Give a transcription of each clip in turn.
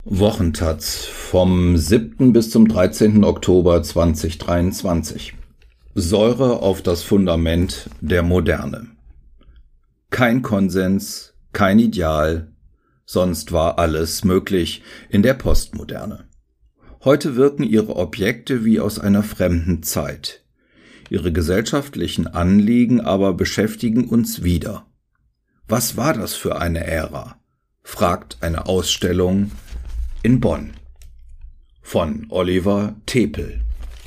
Wochentaz vom 7. bis zum 13. Oktober 2023. Säure auf das Fundament der Moderne. Kein Konsens, kein Ideal, sonst war alles möglich in der Postmoderne. Heute wirken ihre Objekte wie aus einer fremden Zeit. Ihre gesellschaftlichen Anliegen aber beschäftigen uns wieder. Was war das für eine Ära? Fragt eine Ausstellung in Bonn von Oliver Tepel.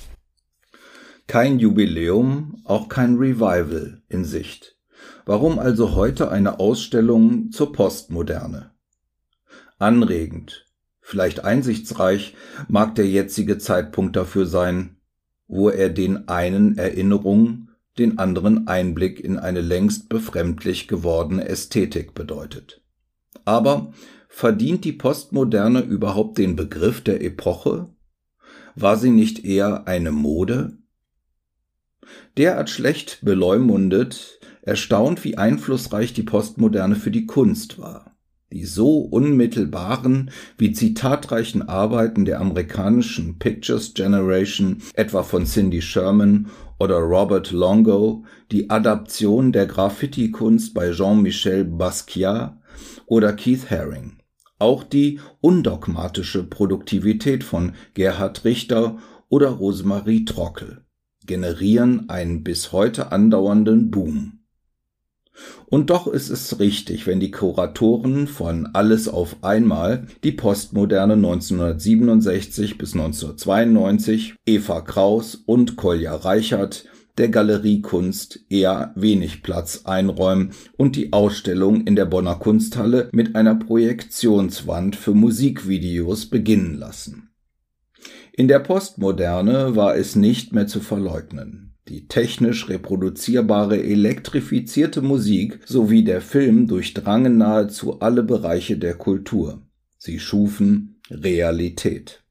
Kein Jubiläum, auch kein Revival in Sicht. Warum also heute eine Ausstellung zur Postmoderne? Anregend, vielleicht einsichtsreich mag der jetzige Zeitpunkt dafür sein, wo er den einen Erinnerung, den anderen Einblick in eine längst befremdlich gewordene Ästhetik bedeutet. Aber verdient die Postmoderne überhaupt den Begriff der Epoche? War sie nicht eher eine Mode? Derart schlecht beleumundet, erstaunt, wie einflussreich die Postmoderne für die Kunst war. Die so unmittelbaren wie zitatreichen Arbeiten der amerikanischen Pictures Generation, etwa von Cindy Sherman oder Robert Longo, die Adaption der Graffiti-Kunst bei Jean-Michel Basquiat oder Keith Haring. Auch die undogmatische Produktivität von Gerhard Richter oder Rosemarie Trockel generieren einen bis heute andauernden Boom. Und doch ist es richtig, wenn die Kuratoren von Alles auf einmal die Postmoderne 1967 bis 1992, Eva Kraus und Kolja Reichert, der Galeriekunst eher wenig Platz einräumen und die Ausstellung in der Bonner Kunsthalle mit einer Projektionswand für Musikvideos beginnen lassen. In der Postmoderne war es nicht mehr zu verleugnen. Die technisch reproduzierbare elektrifizierte Musik sowie der Film durchdrangen nahezu alle Bereiche der Kultur. Sie schufen Realität.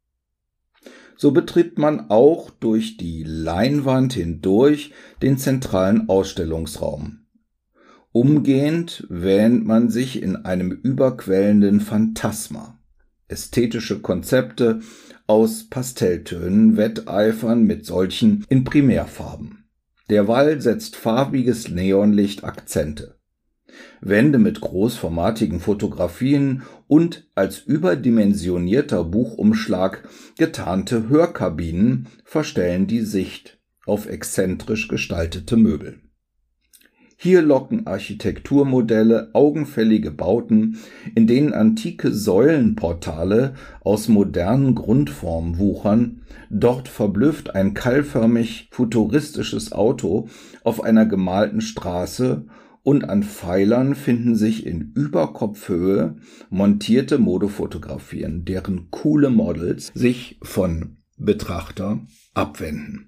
So betritt man auch durch die Leinwand hindurch den zentralen Ausstellungsraum. Umgehend wähnt man sich in einem überquellenden Phantasma. Ästhetische Konzepte aus Pastelltönen wetteifern mit solchen in Primärfarben. Der Wall setzt farbiges Neonlicht Akzente. Wände mit großformatigen Fotografien und als überdimensionierter Buchumschlag getarnte Hörkabinen verstellen die Sicht auf exzentrisch gestaltete Möbel. Hier locken Architekturmodelle augenfällige Bauten, in denen antike Säulenportale aus modernen Grundformen wuchern, dort verblüfft ein keilförmig futuristisches Auto auf einer gemalten Straße und an Pfeilern finden sich in Überkopfhöhe montierte Modefotografien, deren coole Models sich von Betrachter abwenden.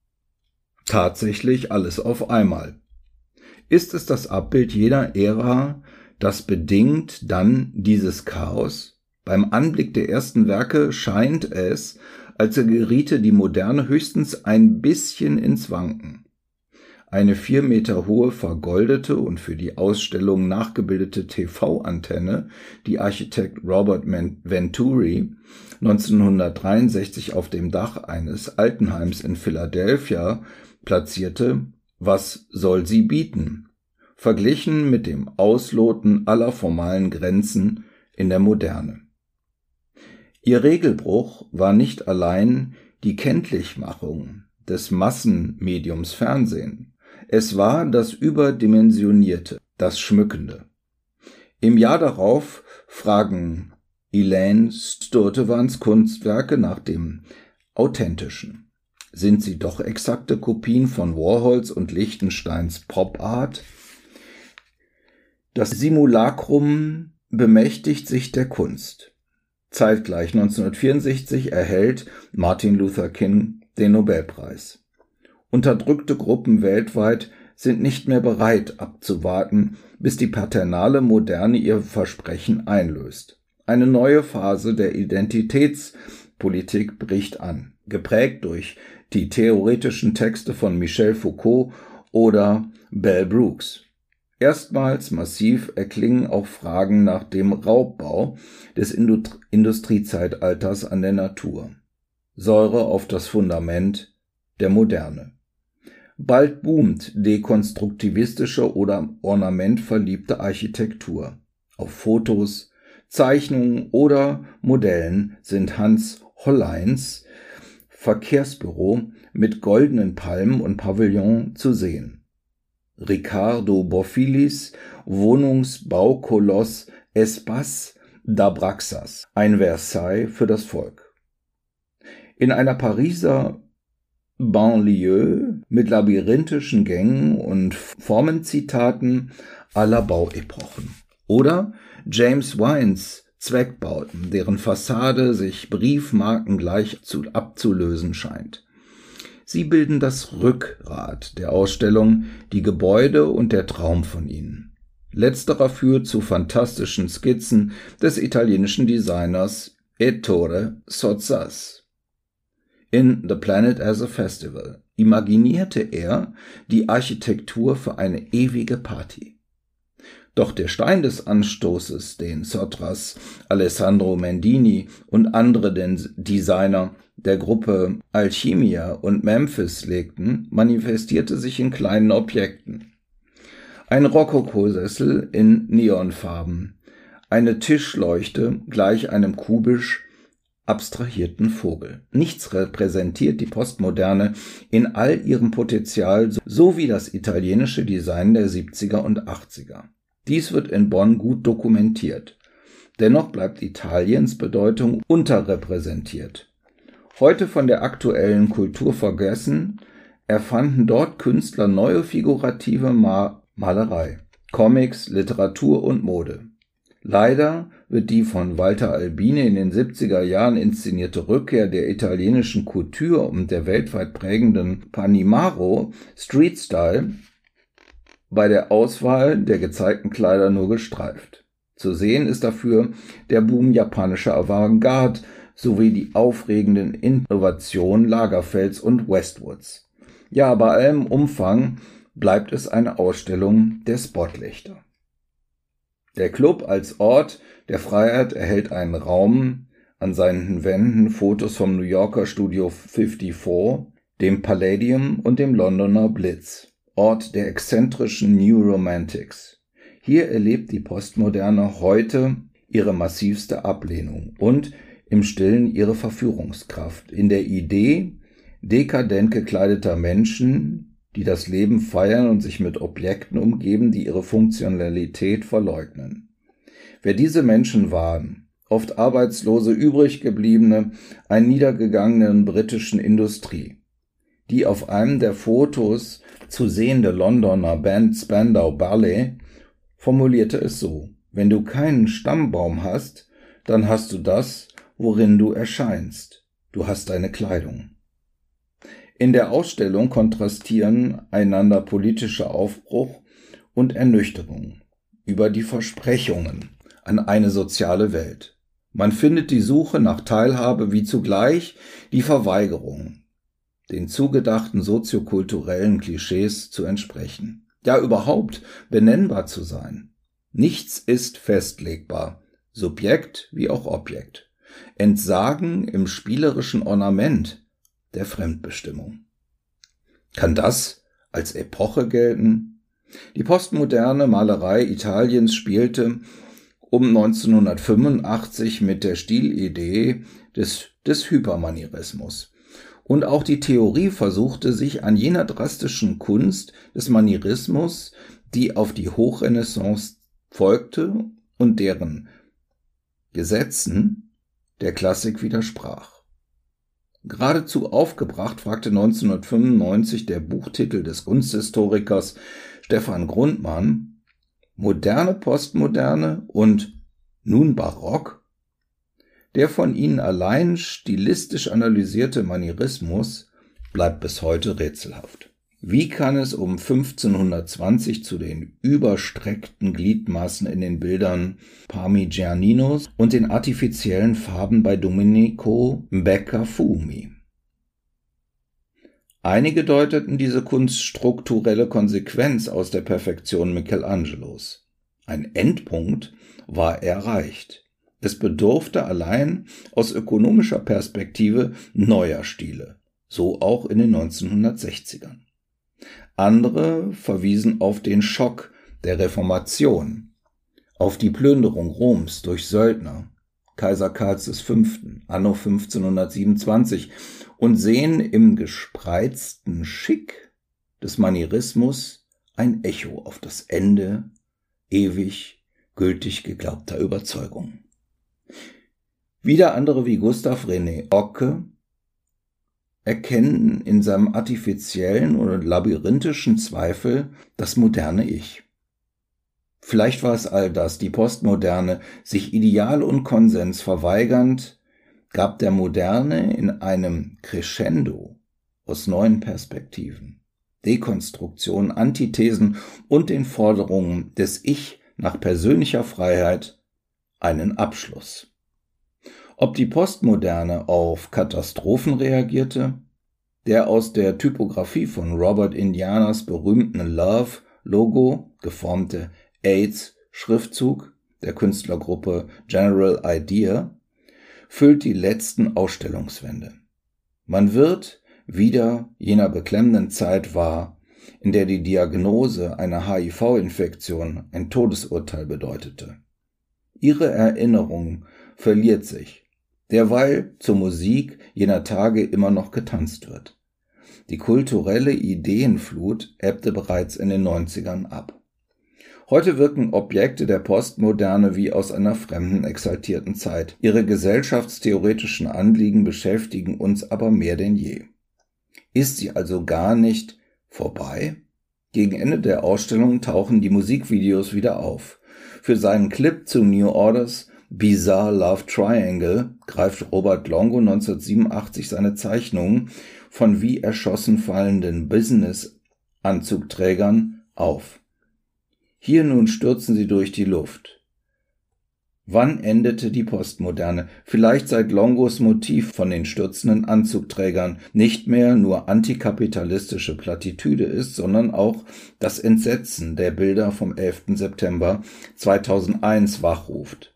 Tatsächlich alles auf einmal. Ist es das Abbild jener Ära, das bedingt dann dieses Chaos? Beim Anblick der ersten Werke scheint es, als geriete die Moderne höchstens ein bisschen ins Wanken. Eine 4 Meter hohe vergoldete und für die Ausstellung nachgebildete TV-Antenne, die Architekt Robert Venturi 1963 auf dem Dach eines Altenheims in Philadelphia platzierte, was soll sie bieten? Verglichen mit dem Ausloten aller formalen Grenzen in der Moderne. Ihr Regelbruch war nicht allein die Kenntlichmachung des Massenmediums Fernsehen. Es war das Überdimensionierte, das Schmückende. Im Jahr darauf fragen Elaine Sturtevants Kunstwerke nach dem Authentischen. Sind sie doch exakte Kopien von Warhols und Lichtensteins Pop-Art? Das Simulacrum bemächtigt sich der Kunst. Zeitgleich 1964 erhält Martin Luther King den Nobelpreis. Unterdrückte Gruppen weltweit sind nicht mehr bereit abzuwarten, bis die paternale Moderne ihr Versprechen einlöst. Eine neue Phase der Identitätspolitik bricht an, geprägt durch die theoretischen Texte von Michel Foucault oder Bell Brooks. Erstmals massiv erklingen auch Fragen nach dem Raubbau des Industriezeitalters an der Natur. Säure auf das Fundament der Moderne. Bald boomt dekonstruktivistische oder ornamentverliebte Architektur. Auf Fotos, Zeichnungen oder Modellen sind Hans Holleins Verkehrsbüro mit goldenen Palmen und Pavillon zu sehen. Riccardo Bofilis Wohnungsbaukoloss Espace d'Abraxas, ein Versailles für das Volk. In einer Pariser Banlieue mit labyrinthischen Gängen und Formenzitaten aller Bauepochen. Oder James Wines Zweckbauten, deren Fassade sich briefmarkengleich abzulösen scheint. Sie bilden das Rückgrat der Ausstellung, die Gebäude und der Traum von ihnen. Letzterer führt zu fantastischen Skizzen des italienischen Designers Ettore Sottsass. In The Planet as a Festival imaginierte er die Architektur für eine ewige Party. Doch der Stein des Anstoßes, den Sottsass, Alessandro Mendini und andere Designer der Gruppe Alchimia und Memphis legten, manifestierte sich in kleinen Objekten. Ein Rokokosessel in Neonfarben, eine Tischleuchte gleich einem kubisch abstrahierten Vogel. Nichts repräsentiert die Postmoderne in all ihrem Potenzial, so wie das italienische Design der 70er und 80er. Dies wird in Bonn gut dokumentiert. Dennoch bleibt Italiens Bedeutung unterrepräsentiert. Heute von der aktuellen Kultur vergessen, erfanden dort Künstler neue figurative Malerei, Comics, Literatur und Mode. Leider wird die von Walter Albini in den 70er Jahren inszenierte Rückkehr der italienischen Couture und der weltweit prägenden Panimaro Street Style bei der Auswahl der gezeigten Kleider nur gestreift. Zu sehen ist dafür der Boom japanischer Avantgarde sowie die aufregenden Innovationen Lagerfelds und Westwoods. Ja, bei allem Umfang bleibt es eine Ausstellung der Spotlichter. Der Club als Ort der Freiheit erhält einen Raum, an seinen Wänden Fotos vom New Yorker Studio 54, dem Palladium und dem Londoner Blitz, Ort der exzentrischen New Romantics. Hier erlebt die Postmoderne heute ihre massivste Ablehnung und im Stillen ihre Verführungskraft in der Idee dekadent gekleideter Menschen, die das Leben feiern und sich mit Objekten umgeben, die ihre Funktionalität verleugnen. Wer diese Menschen waren, oft Arbeitslose, übriggebliebene, einer niedergegangenen britischen Industrie. Die auf einem der Fotos zu sehende Londoner Band Spandau Ballet formulierte es so: Wenn du keinen Stammbaum hast, dann hast du das, worin du erscheinst. Du hast deine Kleidung. In der Ausstellung kontrastieren einander politischer Aufbruch und Ernüchterung über die Versprechungen an eine soziale Welt. Man findet die Suche nach Teilhabe wie zugleich die Verweigerung, den zugedachten soziokulturellen Klischees zu entsprechen. Ja, überhaupt benennbar zu sein. Nichts ist festlegbar, Subjekt wie auch Objekt. Entsagen im spielerischen Ornament der Fremdbestimmung. Kann das als Epoche gelten? Die postmoderne Malerei Italiens spielte um 1985 mit der Stilidee des Hypermanierismus. Und auch die Theorie versuchte sich an jener drastischen Kunst des Manierismus, die auf die Hochrenaissance folgte und deren Gesetzen der Klassik widersprach. Geradezu aufgebracht fragte 1995 der Buchtitel des Kunsthistorikers Stefan Grundmann: Moderne, Postmoderne und nun Barock? Der von ihnen allein stilistisch analysierte Manierismus bleibt bis heute rätselhaft. Wie kann es um 1520 zu den überstreckten Gliedmaßen in den Bildern Parmigianinos und den artifiziellen Farben bei Domenico Beccafumi? Einige deuteten diese kunststrukturelle Konsequenz aus der Perfektion Michelangelos. Ein Endpunkt war erreicht. Es bedurfte allein aus ökonomischer Perspektive neuer Stile, so auch in den 1960ern. Andere verwiesen auf den Schock der Reformation, auf die Plünderung Roms durch Söldner, Kaiser Karls V. anno 1527, und sehen im gespreizten Schick des Manierismus ein Echo auf das Ende ewig gültig geglaubter Überzeugungen. Wieder andere wie Gustav René Ocke erkennen in seinem artifiziellen oder labyrinthischen Zweifel das moderne Ich. Vielleicht war es all das, die Postmoderne, sich Ideal und Konsens verweigernd, gab der Moderne in einem Crescendo aus neuen Perspektiven, Dekonstruktion, Antithesen und den Forderungen des Ich nach persönlicher Freiheit einen Abschluss. Ob die Postmoderne auf Katastrophen reagierte, der aus der Typografie von Robert Indianas berühmten Love-Logo geformte AIDS-Schriftzug der Künstlergruppe General Idea füllt die letzten Ausstellungswände. Man wird wieder jener beklemmenden Zeit wahr, in der die Diagnose einer HIV-Infektion ein Todesurteil bedeutete. Ihre Erinnerung verliert sich, derweil zur Musik jener Tage immer noch getanzt wird. Die kulturelle Ideenflut ebbte bereits in den 90ern ab. Heute wirken Objekte der Postmoderne wie aus einer fremden, exaltierten Zeit. Ihre gesellschaftstheoretischen Anliegen beschäftigen uns aber mehr denn je. Ist sie also gar nicht vorbei? Gegen Ende der Ausstellung tauchen die Musikvideos wieder auf. Für seinen Clip zu New Orders Bizarre Love Triangle greift Robert Longo 1987 seine Zeichnungen von wie erschossen fallenden Business-Anzugträgern auf. Hier nun stürzen sie durch die Luft. Wann endete die Postmoderne? Vielleicht seit Longos Motiv von den stürzenden Anzugträgern nicht mehr nur antikapitalistische Plattitüde ist, sondern auch das Entsetzen der Bilder vom 11. September 2001 wachruft.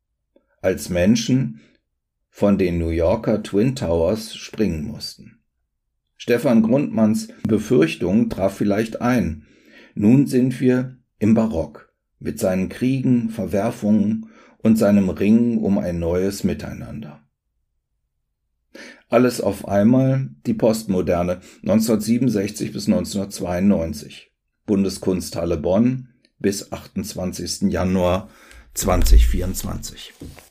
Als Menschen von den New Yorker Twin Towers springen mussten. Stefan Grundmanns Befürchtung traf vielleicht ein. Nun sind wir im Barock mit seinen Kriegen, Verwerfungen und seinem Ringen um ein neues Miteinander. Alles auf einmal die Postmoderne 1967 bis 1992. Bundeskunsthalle Bonn bis 28. Januar 2024.